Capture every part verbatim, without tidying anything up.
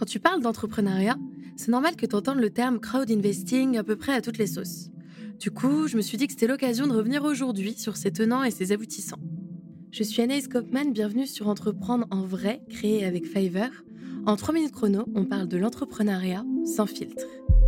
Quand tu parles d'entrepreneuriat, c'est normal que tu entendes le terme crowd investing à peu près à toutes les sauces. Du coup, je me suis dit que c'était l'occasion de revenir aujourd'hui sur ses tenants et ses aboutissants. Je suis Anaïs Kopman, bienvenue sur Entreprendre en vrai, créé avec Fiverr. En trois minutes chrono, on parle de l'entrepreneuriat sans filtre.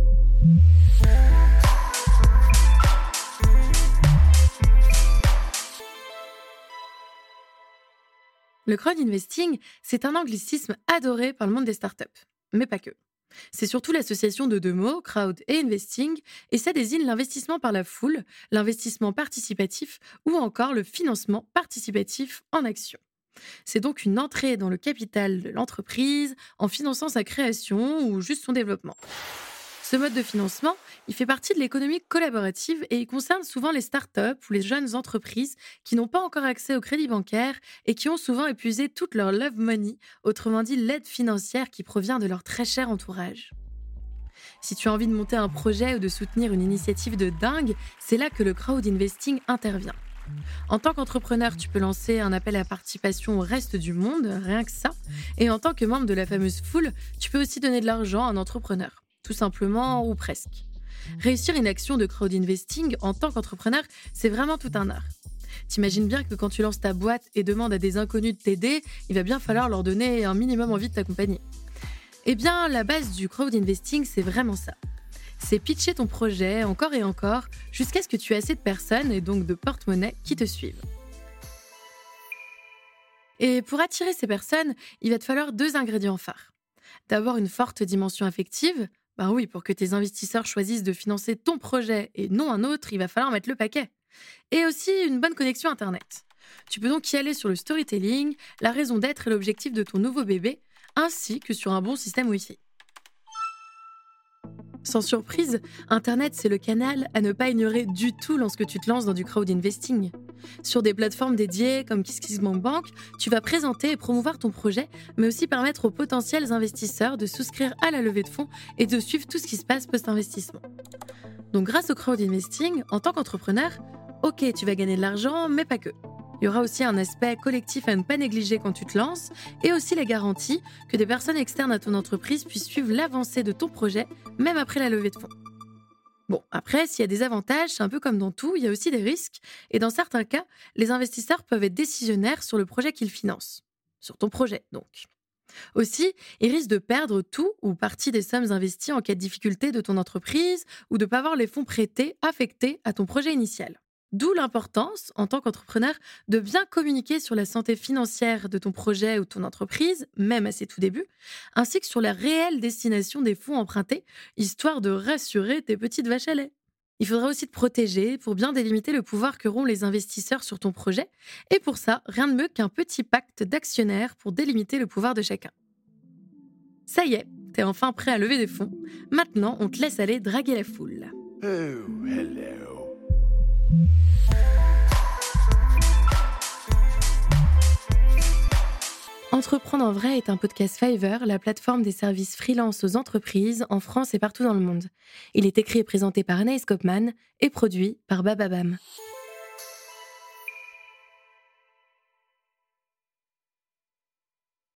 Le crowd investing, c'est un anglicisme adoré par le monde des startups. Mais pas que. C'est surtout l'association de deux mots, crowd et investing, et ça désigne l'investissement par la foule, l'investissement participatif ou encore le financement participatif en action. C'est donc une entrée dans le capital de l'entreprise en finançant sa création ou juste son développement. Ce mode de financement, il fait partie de l'économie collaborative et il concerne souvent les startups ou les jeunes entreprises qui n'ont pas encore accès au crédit bancaire et qui ont souvent épuisé toute leur love money, autrement dit l'aide financière qui provient de leur très cher entourage. Si tu as envie de monter un projet ou de soutenir une initiative de dingue, c'est là que le crowd investing intervient. En tant qu'entrepreneur, tu peux lancer un appel à participation au reste du monde, rien que ça. Et en tant que membre de la fameuse foule, tu peux aussi donner de l'argent à un entrepreneur. Tout simplement, ou presque. Réussir une action de crowd investing en tant qu'entrepreneur, c'est vraiment tout un art. T'imagines bien que quand tu lances ta boîte et demandes à des inconnus de t'aider, il va bien falloir leur donner un minimum envie de t'accompagner. Eh bien, la base du crowd investing, c'est vraiment ça. C'est pitcher ton projet encore et encore jusqu'à ce que tu aies assez de personnes et donc de porte-monnaie qui te suivent. Et pour attirer ces personnes, il va te falloir deux ingrédients phares. D'abord, une forte dimension affective. Ben oui, pour que tes investisseurs choisissent de financer ton projet et non un autre, il va falloir mettre le paquet. Et aussi une bonne connexion Internet. Tu peux donc y aller sur le storytelling, la raison d'être et l'objectif de ton nouveau bébé, ainsi que sur un bon système Wi-Fi. Sans surprise, Internet, c'est le canal à ne pas ignorer du tout lorsque tu te lances dans du crowd investing. Sur des plateformes dédiées comme KissKissBankBank, tu vas présenter et promouvoir ton projet, mais aussi permettre aux potentiels investisseurs de souscrire à la levée de fonds et de suivre tout ce qui se passe post-investissement. Donc grâce au crowd investing, en tant qu'entrepreneur, ok, tu vas gagner de l'argent, mais pas que. Il y aura aussi un aspect collectif à ne pas négliger quand tu te lances et aussi la garantie que des personnes externes à ton entreprise puissent suivre l'avancée de ton projet, même après la levée de fonds. Bon, après, s'il y a des avantages, c'est un peu comme dans tout, il y a aussi des risques. Et dans certains cas, les investisseurs peuvent être décisionnaires sur le projet qu'ils financent. Sur ton projet, donc. Aussi, ils risquent de perdre tout ou partie des sommes investies en cas de difficulté de ton entreprise ou de ne pas avoir les fonds prêtés affectés à ton projet initial. D'où l'importance, en tant qu'entrepreneur, de bien communiquer sur la santé financière de ton projet ou ton entreprise, même à ses tout débuts, ainsi que sur la réelle destination des fonds empruntés, histoire de rassurer tes petites vaches à lait. Il faudra aussi te protéger pour bien délimiter le pouvoir qu'auront les investisseurs sur ton projet, et pour ça, rien de mieux qu'un petit pacte d'actionnaires pour délimiter le pouvoir de chacun. Ça y est, t'es enfin prêt à lever des fonds. Maintenant, on te laisse aller draguer la foule. Oh, hello. Entreprendre en vrai est un podcast Fiverr, la plateforme des services freelance aux entreprises en France et partout dans le monde. Il est écrit et présenté par Anaïs Kopman et produit par Bababam.